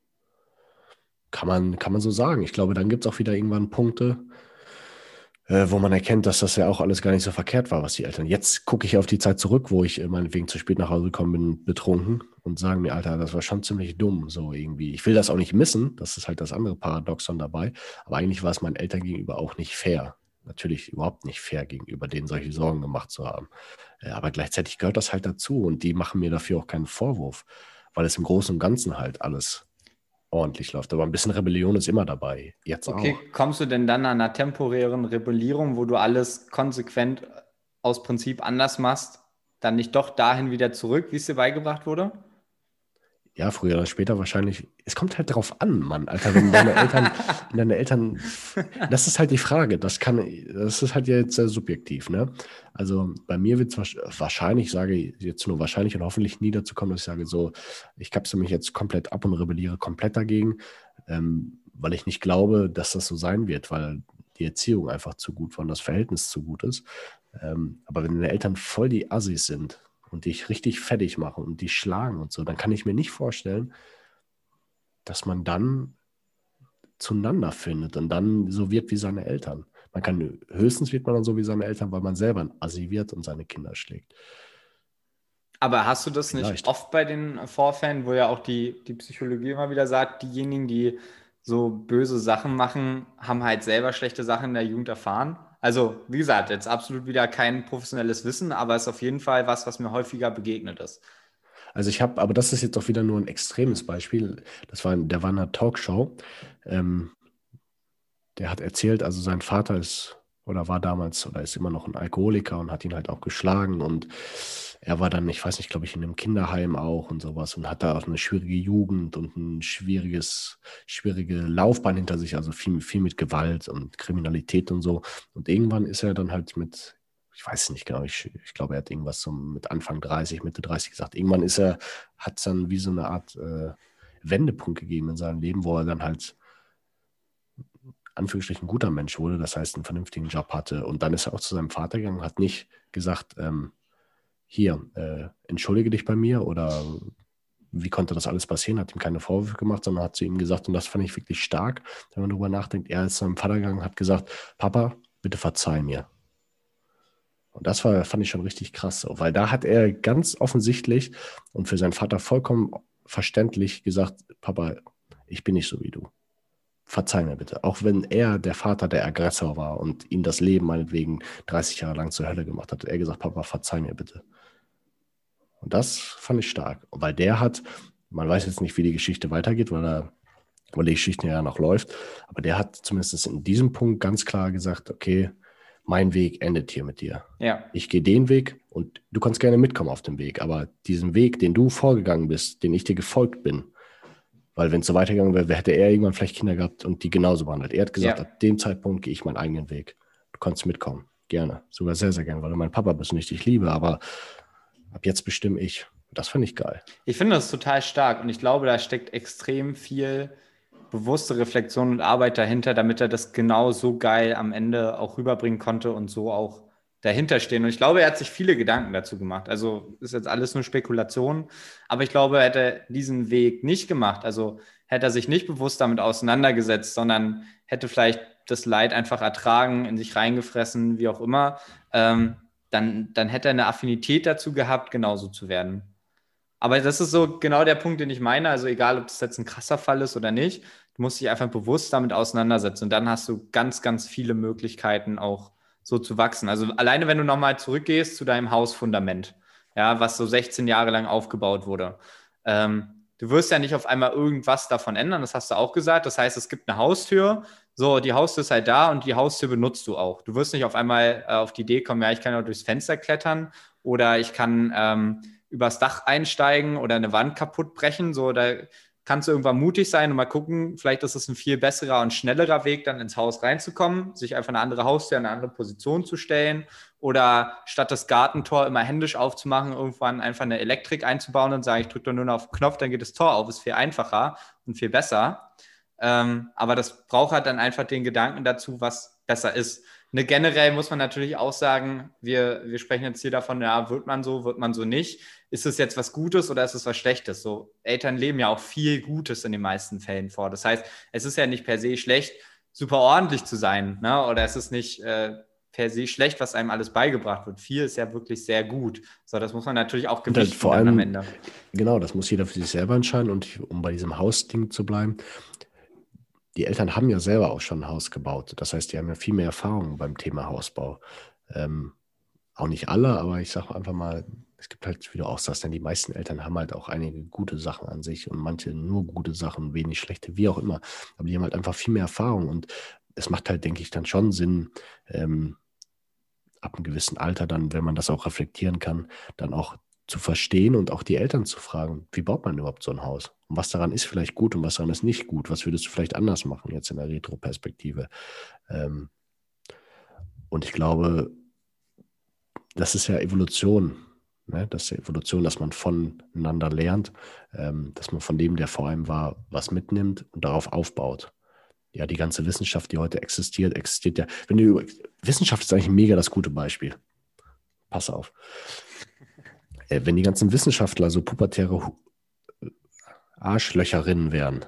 kann man, kann man so sagen. Ich glaube, dann gibt es auch wieder irgendwann Punkte, äh, wo man erkennt, dass das ja auch alles gar nicht so verkehrt war, was die Eltern. Jetzt gucke ich auf die Zeit zurück, wo ich äh, meinetwegen zu spät nach Hause gekommen bin, betrunken und sage mir, Alter, das war schon ziemlich dumm, so irgendwie. Ich will das auch nicht missen, das ist halt das andere Paradoxon dabei, aber eigentlich war es meinen Eltern gegenüber auch nicht fair. Natürlich überhaupt nicht fair gegenüber denen, solche Sorgen gemacht zu haben. Äh, aber gleichzeitig gehört das halt dazu und die machen mir dafür auch keinen Vorwurf, weil es im Großen und Ganzen halt alles ordentlich läuft. Aber ein bisschen Rebellion ist immer dabei, jetzt auch. Okay, kommst du denn dann an einer temporären Rebellierung, wo du alles konsequent aus Prinzip anders machst, dann nicht doch dahin wieder zurück, wie es dir beigebracht wurde? Ja, früher oder später wahrscheinlich. Es kommt halt drauf an, Mann, Alter, wenn deine Eltern, wenn deine Eltern, das ist halt die Frage. Das kann, das ist halt jetzt sehr subjektiv, ne? Also bei mir wird es wahrscheinlich, ich sage jetzt nur wahrscheinlich und hoffentlich nie dazu kommen, dass ich sage so, ich kapsel mich jetzt komplett ab und rebelliere komplett dagegen, ähm, weil ich nicht glaube, dass das so sein wird, weil die Erziehung einfach zu gut war und das Verhältnis zu gut ist. Ähm, aber wenn deine Eltern voll die Assis sind und dich richtig fertig machen und dich schlagen und so, dann kann ich mir nicht vorstellen, dass man dann zueinander findet und dann so wird wie seine Eltern. Man kann, höchstens wird man dann so wie seine Eltern, weil man selber ein Assi wird und seine Kinder schlägt. Aber hast du das nicht Vielleicht. oft bei den Vorfällen, wo ja auch die, die Psychologie immer wieder sagt, diejenigen, die so böse Sachen machen, haben halt selber schlechte Sachen in der Jugend erfahren? Also, wie gesagt, jetzt absolut wieder kein professionelles Wissen, aber es ist auf jeden Fall was, was mir häufiger begegnet ist. Also ich habe, aber das ist jetzt auch wieder nur ein extremes Beispiel. Das war, der war in einer Talkshow. Ähm, der hat erzählt, also sein Vater ist oder war damals oder ist immer noch ein Alkoholiker und hat ihn halt auch geschlagen und er war dann, ich weiß nicht, glaube ich, in einem Kinderheim auch und sowas und hat da auch eine schwierige Jugend und ein schwieriges, schwierige Laufbahn hinter sich, also viel, viel mit Gewalt und Kriminalität und so. Und irgendwann ist er dann halt mit, ich weiß es nicht genau, ich, ich glaube, er hat irgendwas so mit Anfang dreißig, Mitte dreißig gesagt. Irgendwann ist er, hat es dann wie so eine Art äh, Wendepunkt gegeben in seinem Leben, wo er dann halt Anführungsstrichen ein guter Mensch wurde, das heißt einen vernünftigen Job hatte. Und dann ist er auch zu seinem Vater gegangen, hat nicht gesagt, ähm, hier, äh, entschuldige dich bei mir oder wie konnte das alles passieren, hat ihm keine Vorwürfe gemacht, sondern hat zu ihm gesagt, und das fand ich wirklich stark, wenn man darüber nachdenkt, er ist zu seinem Vater gegangen und hat gesagt, Papa, bitte verzeih mir. Und das war, fand ich schon richtig krass, so, weil da hat er ganz offensichtlich und für seinen Vater vollkommen verständlich gesagt, Papa, ich bin nicht so wie du. Verzeih mir bitte. Auch wenn er der Vater der Aggressor war und ihm das Leben meinetwegen dreißig Jahre lang zur Hölle gemacht hat, hat er gesagt, Papa, verzeih mir bitte. Und das fand ich stark, weil der hat, man weiß jetzt nicht, wie die Geschichte weitergeht, weil, er, weil die Geschichte ja noch läuft, aber der hat zumindest in diesem Punkt ganz klar gesagt, okay, mein Weg endet hier mit dir. Ja. Ich gehe den Weg und du kannst gerne mitkommen auf dem Weg, aber diesen Weg, den du vorgegangen bist, den ich dir gefolgt bin, weil wenn es so weitergegangen wäre, hätte er irgendwann vielleicht Kinder gehabt und die genauso behandelt. Er hat gesagt, ja. ab dem Zeitpunkt gehe ich meinen eigenen Weg. Du kannst mitkommen. Gerne. Sogar sehr, sehr gerne, weil du mein Papa bist und ich dich liebe, aber ab jetzt bestimme ich. Das finde ich geil. Ich finde das total stark und ich glaube, da steckt extrem viel bewusste Reflexion und Arbeit dahinter, damit er das genau so geil am Ende auch rüberbringen konnte und so auch dahinter stehen. Und ich glaube, er hat sich viele Gedanken dazu gemacht. Also ist jetzt alles nur Spekulation, aber ich glaube, hätte er diesen Weg nicht gemacht, also hätte er sich nicht bewusst damit auseinandergesetzt, sondern hätte vielleicht das Leid einfach ertragen, in sich reingefressen, wie auch immer, ähm, dann, dann hätte er eine Affinität dazu gehabt, genauso zu werden. Aber das ist so genau der Punkt, den ich meine. Also egal, ob das jetzt ein krasser Fall ist oder nicht, du musst dich einfach bewusst damit auseinandersetzen und dann hast du ganz, ganz viele Möglichkeiten auch so zu wachsen. Also alleine, wenn du nochmal zurückgehst zu deinem Hausfundament, ja, was so sechzehn Jahre lang aufgebaut wurde. Ähm, du wirst ja nicht auf einmal irgendwas davon ändern, das hast du auch gesagt. Das heißt, es gibt eine Haustür, so, die Haustür ist halt da und die Haustür benutzt du auch. Du wirst nicht auf einmal äh, auf die Idee kommen, ja, ich kann ja durchs Fenster klettern oder ich kann ähm, übers Dach einsteigen oder eine Wand kaputt brechen. So, da kannst du irgendwann mutig sein und mal gucken, vielleicht ist es ein viel besserer und schnellerer Weg, dann ins Haus reinzukommen, sich einfach eine andere Haustür in eine andere Position zu stellen oder statt das Gartentor immer händisch aufzumachen, irgendwann einfach eine Elektrik einzubauen und sagen, ich drücke nur noch auf den Knopf, dann geht das Tor auf, ist viel einfacher und viel besser. Ähm, aber das braucht halt dann einfach den Gedanken dazu, was besser ist. Ne, generell muss man natürlich auch sagen, wir, wir sprechen jetzt hier davon, ja, wird man so, wird man so nicht. Ist es jetzt was Gutes oder ist es was Schlechtes? So, Eltern leben ja auch viel Gutes in den meisten Fällen vor. Das heißt, es ist ja nicht per se schlecht, super ordentlich zu sein, ne? Oder es ist nicht äh, per se schlecht, was einem alles beigebracht wird. Viel ist ja wirklich sehr gut. So, das muss man natürlich auch gewichten vor allem, am Ende. Genau, das muss jeder für sich selber entscheiden. Und um bei diesem Hausding zu bleiben, die Eltern haben ja selber auch schon ein Haus gebaut. Das heißt, die haben ja viel mehr Erfahrung beim Thema Hausbau. Ähm, auch nicht alle, aber ich sage einfach mal, es gibt halt, wie du auch sagst, denn die meisten Eltern haben halt auch einige gute Sachen an sich und manche nur gute Sachen, wenig schlechte, wie auch immer. Aber die haben halt einfach viel mehr Erfahrung und es macht halt, denke ich, dann schon Sinn, ähm, ab einem gewissen Alter dann, wenn man das auch reflektieren kann, dann auch zu verstehen und auch die Eltern zu fragen, wie baut man überhaupt so ein Haus? Und was daran ist vielleicht gut und was daran ist nicht gut? Was würdest du vielleicht anders machen, jetzt in der Retro-Perspektive? Ähm, und ich glaube, das ist ja Evolution. Ne? Das ist ja Evolution, dass man voneinander lernt, ähm, dass man von dem, der vor einem war, was mitnimmt und darauf aufbaut. Ja, die ganze Wissenschaft, die heute existiert, existiert ja. Wenn du, Wissenschaft ist eigentlich mega das gute Beispiel. Pass auf. Äh, wenn die ganzen Wissenschaftler so pubertäre Arschlöcherinnen wären,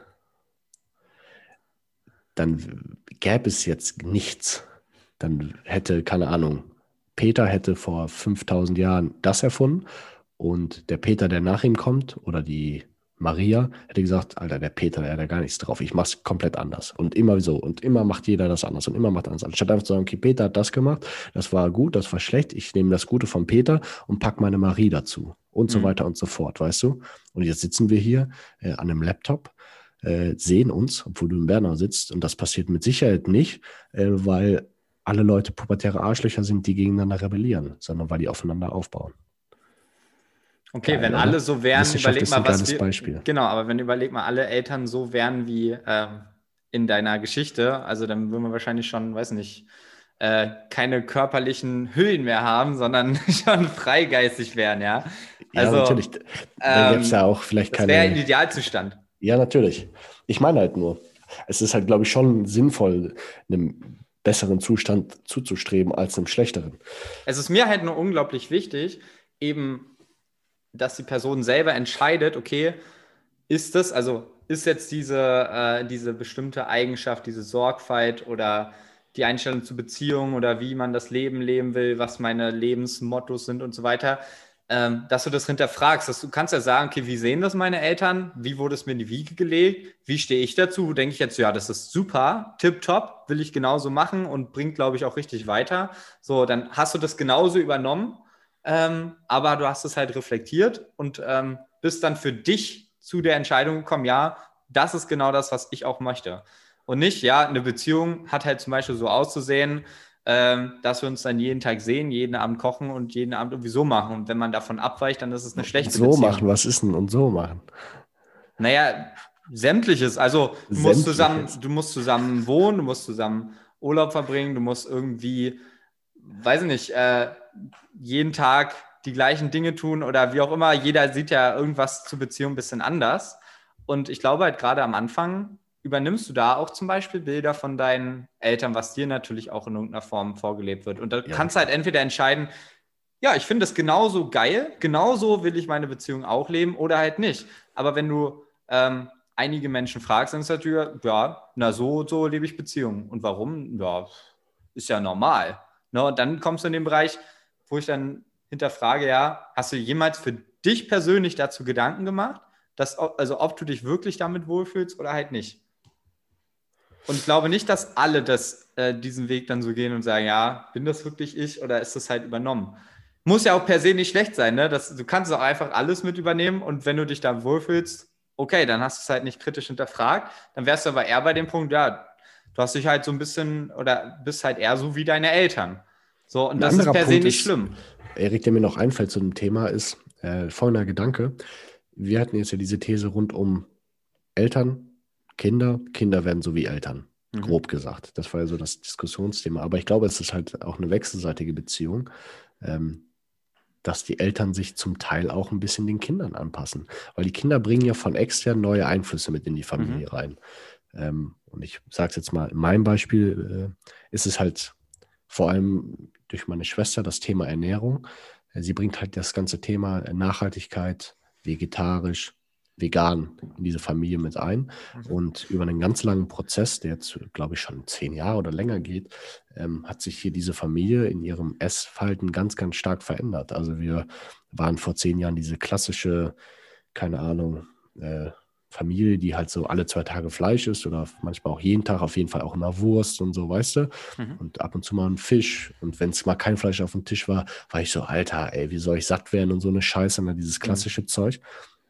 dann gäbe es jetzt nichts. Dann hätte, keine Ahnung, Peter hätte vor fünftausend Jahren das erfunden und der Peter, der nach ihm kommt, oder die Maria, hätte gesagt, Alter, der Peter, der hat ja gar nichts drauf, ich mach's komplett anders. Und immer so, und immer macht jeder das anders und immer macht anders. Anstatt einfach zu sagen, okay, Peter hat das gemacht, das war gut, das war schlecht, ich nehme das Gute von Peter und pack meine Marie dazu und so Mhm. weiter und so fort, weißt du? Und jetzt sitzen wir hier äh, an einem Laptop, äh, sehen uns, obwohl du in Bernau sitzt und das passiert mit Sicherheit nicht, äh, weil alle Leute pubertäre Arschlöcher sind, die gegeneinander rebellieren, sondern weil die aufeinander aufbauen. Okay, Geil, wenn oder? alle so wären, Wissenschaft überleg ist mal, ein was geiles wir. Beispiel. Genau, aber wenn überleg mal, alle Eltern so wären wie ähm, in deiner Geschichte, also dann würden wir wahrscheinlich schon, weiß nicht, äh, keine körperlichen Hüllen mehr haben, sondern schon freigeistig wären, ja. Ja, Also, natürlich. Dann gäbe es ja ähm, auch vielleicht das wäre ein keine. Idealzustand. Ja, natürlich. Ich meine halt nur, es ist halt, glaube ich, schon sinnvoll, einem besseren Zustand zuzustreben als einem schlechteren. Es ist mir halt nur unglaublich wichtig, eben, dass die Person selber entscheidet, okay, ist das, also ist jetzt diese, äh, diese bestimmte Eigenschaft, diese Sorgfalt oder die Einstellung zu Beziehungen oder wie man das Leben leben will, was meine Lebensmottos sind und so weiter, ähm, dass du das hinterfragst. Dass du kannst ja sagen, okay, wie sehen das meine Eltern? Wie wurde es mir in die Wiege gelegt? Wie stehe ich dazu? Denke ich jetzt, ja, das ist super, tipptopp, will ich genauso machen und bringt, glaube ich, auch richtig weiter. So, dann hast du das genauso übernommen. ähm, aber du hast es halt reflektiert und ähm, bist dann für dich zu der Entscheidung gekommen, ja, das ist genau das, was ich auch möchte. Und nicht, ja, eine Beziehung hat halt zum Beispiel so auszusehen, ähm, dass wir uns dann jeden Tag sehen, jeden Abend kochen und jeden Abend irgendwie so machen. Und wenn man davon abweicht, dann ist es eine Und schlechte so Beziehung. machen, was ist denn und so machen? Naja, sämtliches. Also du musst zusammen, Sämtliches. du musst zusammen wohnen, du musst zusammen Urlaub verbringen, du musst irgendwie, weiß ich nicht, äh, jeden Tag die gleichen Dinge tun oder wie auch immer. Jeder sieht ja irgendwas zur Beziehung ein bisschen anders. Und ich glaube halt gerade am Anfang übernimmst du da auch zum Beispiel Bilder von deinen Eltern, was dir natürlich auch in irgendeiner Form vorgelebt wird. Und da Ja, kannst du halt entweder entscheiden, ja, ich finde das genauso geil, genauso will ich meine Beziehung auch leben oder halt nicht. Aber wenn du ähm, einige Menschen fragst, dann ist natürlich, ja, na so, so lebe ich Beziehungen. Und warum? Ja, ist ja normal. Ne? Und dann kommst du in den Bereich, wo ich dann hinterfrage, ja, hast du jemals für dich persönlich dazu Gedanken gemacht, dass, also ob du dich wirklich damit wohlfühlst oder halt nicht? Und ich glaube nicht, dass alle das, äh, diesen Weg dann so gehen und sagen, ja, bin das wirklich ich oder ist das halt übernommen? Muss ja auch per se nicht schlecht sein, ne? Das, du kannst auch einfach alles mit übernehmen und wenn du dich da wohlfühlst, okay, dann hast du es halt nicht kritisch hinterfragt. Dann wärst du aber eher bei dem Punkt, ja, du hast dich halt so ein bisschen oder bist halt eher so wie deine Eltern. So, und Ein das ist anderer per se Punkt nicht ist, schlimm. Erik, der mir noch einfällt zu dem Thema, ist äh, folgender Gedanke. Wir hatten jetzt ja diese These rund um Eltern, Kinder. Kinder werden so wie Eltern, Mhm. grob gesagt. Das war ja so das Diskussionsthema. Aber ich glaube, es ist halt auch eine wechselseitige Beziehung, ähm, dass die Eltern sich zum Teil auch ein bisschen den Kindern anpassen. Weil die Kinder bringen ja von extern neue Einflüsse mit in die Familie Mhm. rein. Ähm, und ich sage es jetzt mal, in meinem Beispiel äh, ist es halt vor allem durch meine Schwester das Thema Ernährung. Äh, Sie bringt halt das ganze Thema Nachhaltigkeit, vegetarisch, vegan in diese Familie mit ein. Mhm. Und über einen ganz langen Prozess, der jetzt, glaube ich, schon zehn Jahre oder länger geht, ähm, hat sich hier diese Familie in ihrem Essverhalten ganz, ganz stark verändert. Also wir waren vor zehn Jahren diese klassische, keine Ahnung, äh, Familie, die halt so alle zwei Tage Fleisch isst oder manchmal auch jeden Tag, auf jeden Fall auch immer Wurst und so, weißt du? Mhm. Und ab und zu mal ein Fisch. Und wenn es mal kein Fleisch auf dem Tisch war, war ich so, Alter, ey, wie soll ich satt werden und so eine Scheiße, ne? Dieses klassische Mhm. Zeug.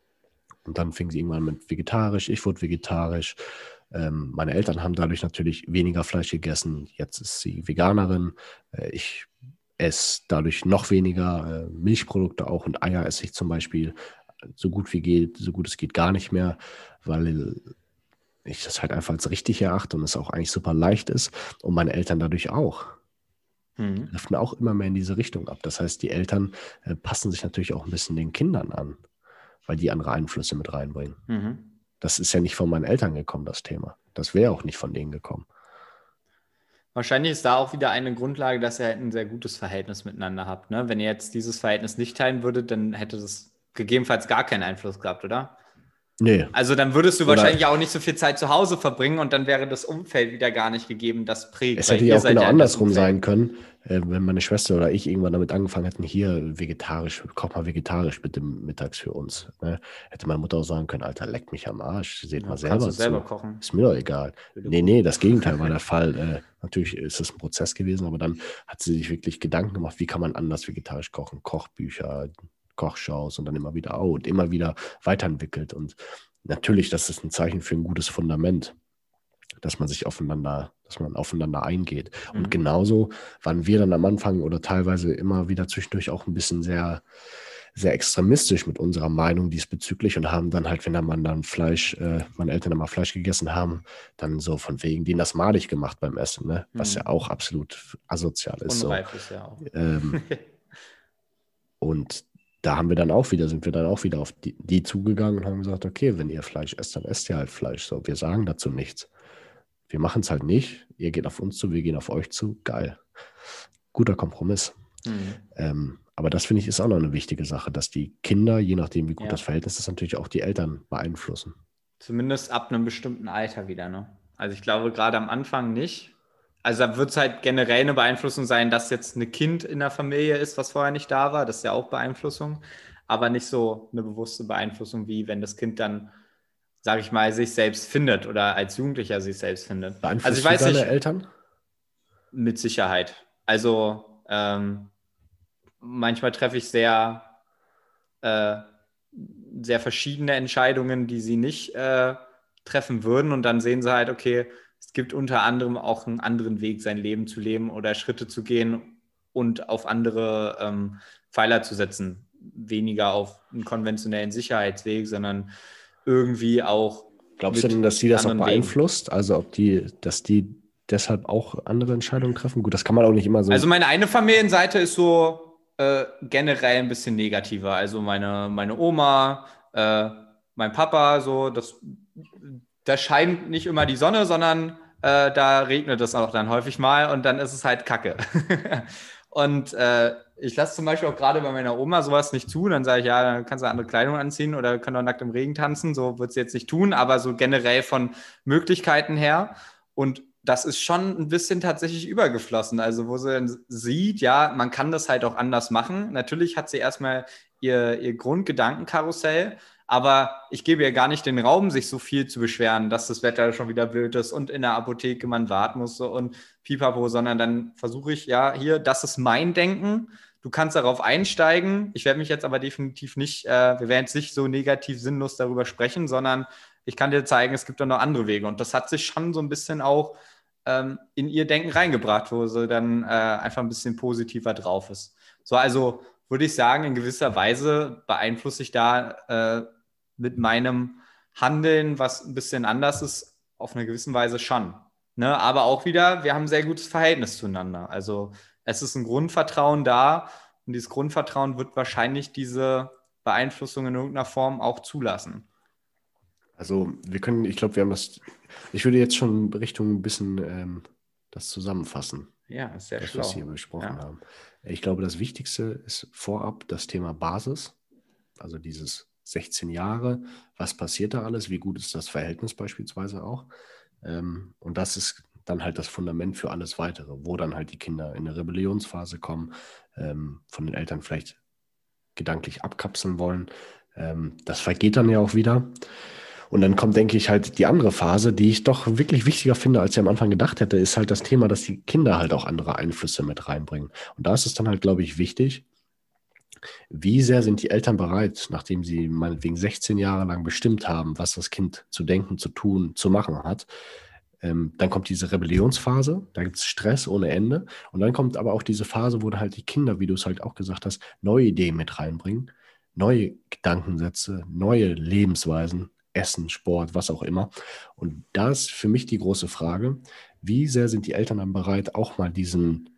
Und dann fing sie irgendwann mit vegetarisch, ich wurde vegetarisch. Ähm, meine Eltern haben dadurch natürlich weniger Fleisch gegessen. Jetzt ist sie Veganerin. Äh, ich esse dadurch noch weniger äh, Milchprodukte auch und Eier esse ich zum Beispiel so gut wie geht, so gut es geht gar nicht mehr, weil ich das halt einfach als richtig erachte und es auch eigentlich super leicht ist und meine Eltern dadurch auch. Mhm. Driften auch immer mehr in diese Richtung ab. Das heißt, die Eltern äh, passen sich natürlich auch ein bisschen den Kindern an, weil die andere Einflüsse mit reinbringen. Mhm. Das ist ja nicht von meinen Eltern gekommen, das Thema. Das wäre auch nicht von denen gekommen. Wahrscheinlich ist da auch wieder eine Grundlage, dass ihr halt ein sehr gutes Verhältnis miteinander habt. Ne? Wenn ihr jetzt dieses Verhältnis nicht teilen würdet, dann hätte das gegebenenfalls gar keinen Einfluss gehabt, oder? Nee. Also dann würdest du Oder wahrscheinlich auch nicht so viel Zeit zu Hause verbringen und dann wäre das Umfeld wieder gar nicht gegeben, das prägt, es weil hätte ja ihr auch seid genau ja in das andersrum Umfeld. sein können, äh, wenn meine Schwester oder ich irgendwann damit angefangen hätten, hier vegetarisch, koch mal vegetarisch bitte mittags für uns. Ne? Hätte meine Mutter auch sagen können, Alter, leck mich am Arsch, seht Ja, mal kannst du selber selber zu. kochen. Ist mir doch egal. Würde Nee, gut. nee, das Gegenteil war der Fall. Äh, natürlich ist es ein Prozess gewesen, aber dann hat sie sich wirklich Gedanken gemacht, wie kann man anders vegetarisch kochen. Kochbücher, Kochshows und dann immer wieder out, immer wieder weiterentwickelt. Und natürlich, das ist ein Zeichen für ein gutes Fundament, dass man sich aufeinander, dass man aufeinander eingeht. Und Mhm. genauso waren wir dann am Anfang oder teilweise immer wieder zwischendurch auch ein bisschen sehr, sehr extremistisch mit unserer Meinung diesbezüglich und haben dann halt, wenn dann man dann Fleisch, äh, meine Eltern dann mal Fleisch gegessen haben, dann so von wegen denen das malig gemacht beim Essen, ne? Was ja Mhm. auch absolut asozial ist. So. Unreif ist ja auch. Ähm, und da haben wir dann auch wieder, sind wir dann auch wieder auf die, die zugegangen und haben gesagt, okay, wenn ihr Fleisch esst, dann esst ihr halt Fleisch. So, wir sagen dazu nichts. Wir machen es halt nicht. Ihr geht auf uns zu, wir gehen auf euch zu. Geil. Guter Kompromiss. Mhm. Ähm, aber das finde ich ist auch noch eine wichtige Sache, dass die Kinder, je nachdem wie gut Ja. das Verhältnis ist, natürlich auch die Eltern beeinflussen. Zumindest ab einem bestimmten Alter wieder, ne? Also ich glaube gerade am Anfang nicht. Also da wird es halt generell eine Beeinflussung sein, dass jetzt ein Kind in der Familie ist, was vorher nicht da war. Das ist ja auch Beeinflussung. Aber nicht so eine bewusste Beeinflussung, wie wenn das Kind dann, sage ich mal, sich selbst findet oder als Jugendlicher sich selbst findet. Also ich Beeinflusst du weiß deine nicht, Eltern? mit Sicherheit. Also ähm, manchmal treffe ich sehr, äh, sehr verschiedene Entscheidungen, die sie nicht äh, treffen würden. Und dann sehen sie halt, okay, es gibt unter anderem auch einen anderen Weg, sein Leben zu leben oder Schritte zu gehen und auf andere ähm, Pfeiler zu setzen. Weniger auf einen konventionellen Sicherheitsweg, sondern irgendwie auch Glaubst du mit denn, dass die das auch anderen Wegen. beeinflusst? Also ob die, dass die deshalb auch andere Entscheidungen treffen? Gut, das kann man auch nicht immer so. Also meine eine Familienseite ist so äh, generell ein bisschen negativer. Also meine, meine Oma, äh, mein Papa, so, das, da scheint nicht immer die Sonne, sondern äh, da regnet es auch dann häufig mal und dann ist es halt Kacke. Und äh, ich lasse zum Beispiel auch gerade bei meiner Oma sowas nicht zu. Dann sage ich, ja, dann kannst du andere Kleidung anziehen oder können auch nackt im Regen tanzen. So wird sie jetzt nicht tun, aber so generell von Möglichkeiten her. Und das ist schon ein bisschen tatsächlich übergeflossen. Also, wo sie dann sieht, ja, man kann das halt auch anders machen. Natürlich hat sie erstmal ihr, ihr Grundgedankenkarussell, aber ich gebe ihr gar nicht den Raum, sich so viel zu beschweren, dass das Wetter schon wieder blöd ist und in der Apotheke man warten muss und pipapo, sondern dann versuche ich, ja, hier, das ist mein Denken. Du kannst darauf einsteigen. Ich werde mich jetzt aber definitiv nicht, äh, wir werden jetzt nicht so negativ sinnlos darüber sprechen, sondern ich kann dir zeigen, es gibt auch noch andere Wege. Und das hat sich schon so ein bisschen auch ähm, in ihr Denken reingebracht, wo sie dann äh, einfach ein bisschen positiver drauf ist. So, also würde ich sagen, in gewisser Weise beeinflusse ich da äh, mit meinem Handeln, was ein bisschen anders ist, auf eine gewisse Weise schon. Ne? Aber auch wieder, wir haben ein sehr gutes Verhältnis zueinander. Also es ist ein Grundvertrauen da und dieses Grundvertrauen wird wahrscheinlich diese Beeinflussung in irgendeiner Form auch zulassen. Also wir können, ich glaube, wir haben das, ich würde jetzt schon Richtung ein bisschen ähm, das zusammenfassen, Ja, ist sehr das, was wir schlau. hier besprochen Ja. haben. Ich glaube, das Wichtigste ist vorab das Thema Basis, also dieses sechzehn Jahre, was passiert da alles, wie gut ist das Verhältnis beispielsweise auch. Ähm, und das ist dann halt das Fundament für alles Weitere, wo dann halt die Kinder in eine Rebellionsphase kommen, ähm, von den Eltern vielleicht gedanklich abkapseln wollen. Ähm, das vergeht dann ja auch wieder. Und dann kommt, denke ich, halt die andere Phase, die ich doch wirklich wichtiger finde, als ich am Anfang gedacht hätte, ist halt das Thema, dass die Kinder halt auch andere Einflüsse mit reinbringen. Und da ist es dann halt, glaube ich, wichtig, wie sehr sind die Eltern bereit, nachdem sie meinetwegen sechzehn Jahre lang bestimmt haben, was das Kind zu denken, zu tun, zu machen hat. Ähm, dann kommt diese Rebellionsphase, da gibt es Stress ohne Ende. Und dann kommt aber auch diese Phase, wo halt die Kinder, wie du es halt auch gesagt hast, neue Ideen mit reinbringen, neue Gedankensätze, neue Lebensweisen, Essen, Sport, was auch immer. Und da ist für mich die große Frage, wie sehr sind die Eltern dann bereit, auch mal diesen,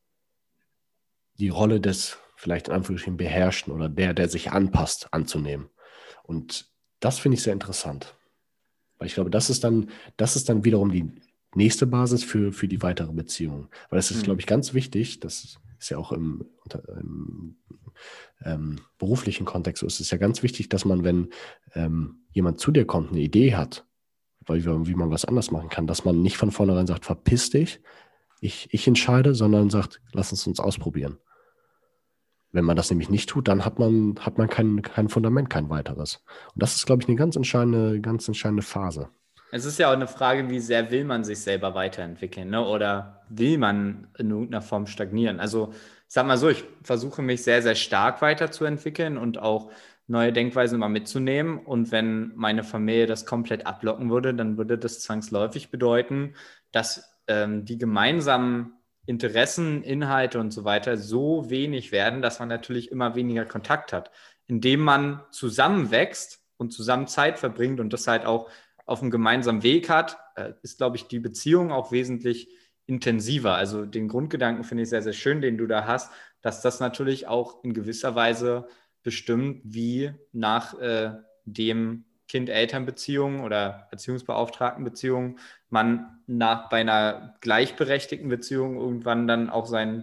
die Rolle des vielleicht in Anführungsstrichen Beherrschten oder der, der sich anpasst, anzunehmen. Und das finde ich sehr interessant. Weil ich glaube, das ist dann, das ist dann wiederum die nächste Basis für, für die weitere Beziehung. Weil es ist, glaube Hm. ich, ganz wichtig, das ist ja auch im, unter, im ähm, beruflichen Kontext so, ist es ja ganz wichtig, dass man, wenn ähm, jemand zu dir kommt, eine Idee hat, weil wir, wie man was anders machen kann, dass man nicht von vornherein sagt, verpiss dich, ich, ich entscheide, sondern sagt, lass uns uns ausprobieren. Wenn man das nämlich nicht tut, dann hat man, hat man kein, kein Fundament, kein weiteres. Und das ist, glaube ich, eine ganz entscheidende, ganz entscheidende Phase. Es ist ja auch eine Frage, wie sehr will man sich selber weiterentwickeln, ne? Oder will man in irgendeiner Form stagnieren? Also, ich sag mal so, ich versuche mich sehr, sehr stark weiterzuentwickeln und auch neue Denkweisen immer mitzunehmen. Und wenn meine Familie das komplett abblocken würde, dann würde das zwangsläufig bedeuten, dass ähm, die gemeinsamen Interessen, Inhalte und so weiter so wenig werden, dass man natürlich immer weniger Kontakt hat. Indem man zusammenwächst und zusammen Zeit verbringt und das halt auch auf einem gemeinsamen Weg hat, ist, glaube ich, die Beziehung auch wesentlich intensiver. Also den Grundgedanken finde ich sehr, sehr schön, den du da hast, dass das natürlich auch in gewisser Weise bestimmt, wie nach äh, dem Kind-Eltern-Beziehung oder Erziehungsbeauftragten-Beziehung man nach bei einer gleichberechtigten Beziehung irgendwann dann auch sein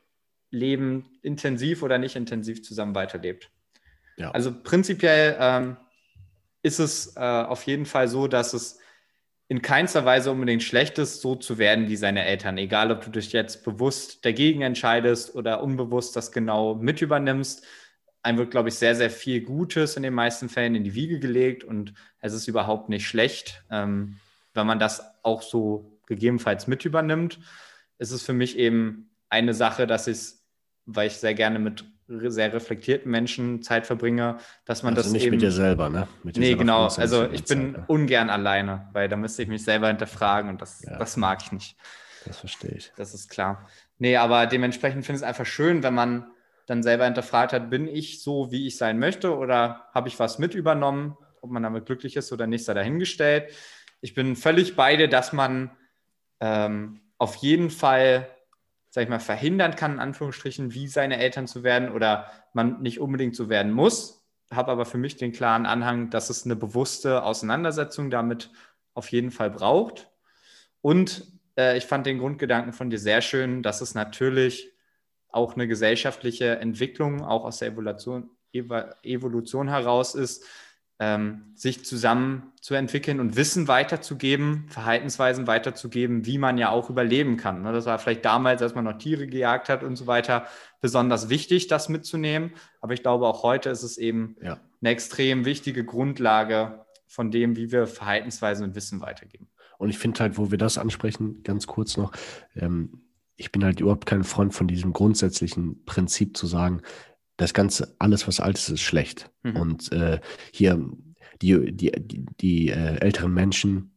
Leben intensiv oder nicht intensiv zusammen weiterlebt. Ja. Also prinzipiell ähm, ist es äh, auf jeden Fall so, dass es in keinster Weise unbedingt schlecht ist, so zu werden wie seine Eltern. Egal, ob du dich jetzt bewusst dagegen entscheidest oder unbewusst das genau mit übernimmst. Einem wird, glaube ich, sehr, sehr viel Gutes in den meisten Fällen in die Wiege gelegt und es ist überhaupt nicht schlecht, ähm, wenn man das auch so gegebenenfalls mit übernimmt. Es ist für mich eben eine Sache, dass ich es weil ich sehr gerne mit sehr reflektierten Menschen Zeit verbringe, dass man also das nicht eben... mit dir selber, ne? Mit dir Nee, selber genau. verbringst du Also nicht ich viel bin Zeit, ne? ungern alleine, weil da müsste ich mich selber hinterfragen und das, Ja. das mag ich nicht. Das verstehe ich. Das ist klar. Nee, aber dementsprechend finde ich es einfach schön, wenn man dann selber hinterfragt hat, bin ich so, wie ich sein möchte oder habe ich was mit übernommen? Ob man damit glücklich ist oder nicht, sei dahingestellt. Ich bin völlig bei dir, dass man ähm, auf jeden Fall, sag ich mal, verhindern kann, in Anführungsstrichen, wie seine Eltern zu werden oder man nicht unbedingt so werden muss. Habe aber für mich den klaren Anhang, dass es eine bewusste Auseinandersetzung damit auf jeden Fall braucht. Und äh, ich fand den Grundgedanken von dir sehr schön, dass es natürlich auch eine gesellschaftliche Entwicklung, auch aus der Evolution, Ev- Evolution heraus ist, ähm, sich zusammen zu entwickeln und Wissen weiterzugeben, Verhaltensweisen weiterzugeben, wie man ja auch überleben kann. Das war vielleicht damals, als man noch Tiere gejagt hat und so weiter, besonders wichtig, das mitzunehmen. Aber ich glaube, auch heute ist es eben Ja. eine extrem wichtige Grundlage von dem, wie wir Verhaltensweisen und Wissen weitergeben. Und ich finde halt, wo wir das ansprechen, ganz kurz noch, ähm, ich bin halt überhaupt kein Freund von diesem grundsätzlichen Prinzip zu sagen, das Ganze, alles, was alt ist, ist schlecht. Mhm. Und äh, hier, die, die, die, die äh, älteren Menschen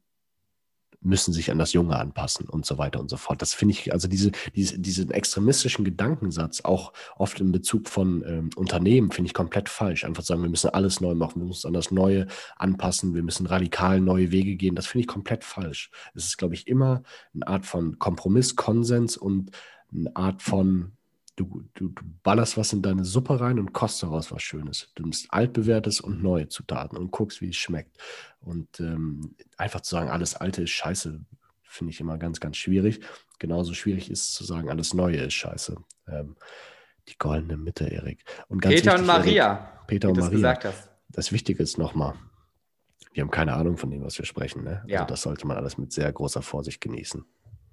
müssen sich an das Junge anpassen und so weiter und so fort. Das finde ich, also diese, diese, diesen extremistischen Gedankensatz, auch oft in Bezug von ähm, Unternehmen, finde ich komplett falsch. Einfach sagen, wir müssen alles neu machen, wir müssen uns an das Neue anpassen, wir müssen radikal neue Wege gehen. Das finde ich komplett falsch. Es ist, glaube ich, immer eine Art von Kompromiss, Konsens und eine Art von Du, du, du ballerst was in deine Suppe rein und kochst daraus was Schönes. Du nimmst altbewährtes und neue Zutaten und guckst, wie es schmeckt. Und ähm, einfach zu sagen, alles Alte ist scheiße, finde ich immer ganz, ganz schwierig. Genauso schwierig ist es zu sagen, alles Neue ist scheiße. Ähm, die goldene Mitte, Erik. Und ganz Peter wichtig, und Maria, Erik, Peter wie und du das Maria. gesagt hast. Das Wichtige ist nochmal, wir haben keine Ahnung von dem, was wir sprechen. Ne? Ja. Also das sollte man alles mit sehr großer Vorsicht genießen.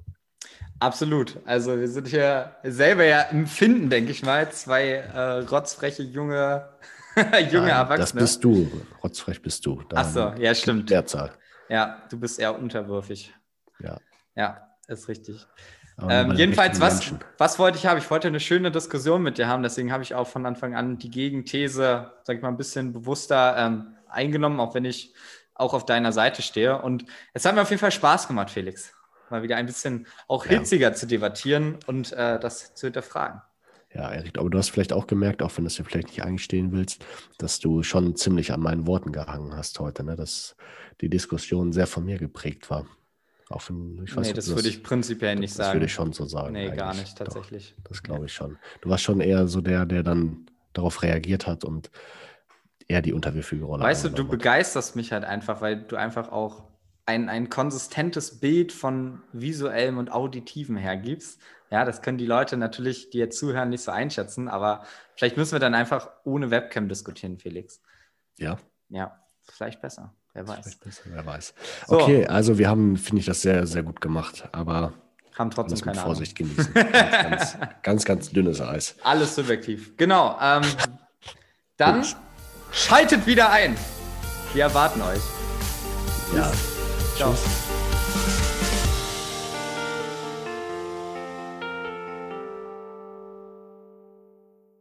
Absolut. Also wir sind hier selber ja im Finden, denke ich mal. Zwei äh, rotzfreche junge, junge Nein, Erwachsene. Das bist du. Rotzfrech bist du. Ach so, ja, stimmt. Mehrzahl. Ja, du bist eher unterwürfig. Ja. Ja, ist richtig. Aber nur Ähm, bei den jedenfalls, richtigen was, Menschen. was wollte ich haben? Ich wollte eine schöne Diskussion mit dir haben. Deswegen habe ich auch von Anfang an die Gegenthese, sag ich mal, ein bisschen bewusster ähm, eingenommen, auch wenn ich auch auf deiner Seite stehe. Und es hat mir auf jeden Fall Spaß gemacht, Felix, mal wieder ein bisschen auch Ja. hitziger zu debattieren und äh, das zu hinterfragen. Ja, Erik, aber du hast vielleicht auch gemerkt, auch wenn du es dir vielleicht nicht eingestehen willst, dass du schon ziemlich an meinen Worten gehangen hast heute, ne? Dass die Diskussion sehr von mir geprägt war. Auch wenn, ich weiß Nee, nicht, das ob du würde ich prinzipiell nicht das sagen. würde ich schon so sagen. Nee, gar eigentlich. nicht, tatsächlich. Doch, das glaube ich schon. Du warst schon eher so der, der dann darauf reagiert hat und eher die unterwürfige Rolle Weißt du, du eingenommen hat. begeisterst mich halt einfach, weil du einfach auch ein, ein konsistentes Bild von visuellem und auditivem hergibst. Ja, das können die Leute natürlich, die jetzt zuhören, nicht so einschätzen, aber vielleicht müssen wir dann einfach ohne Webcam diskutieren, Felix. Ja. Ja, vielleicht besser, wer weiß. Vielleicht besser, wer weiß. So. Okay, also wir haben, finde ich, das sehr, sehr gut gemacht, aber Haben trotzdem alles mit keine Vorsicht genießen. Ganz, ganz, ganz, ganz dünnes Eis. Ahnung. Alles subjektiv. Genau. Ähm, dann Gut. schaltet wieder ein. Wir erwarten euch. Ja. Ciao. Tschüss.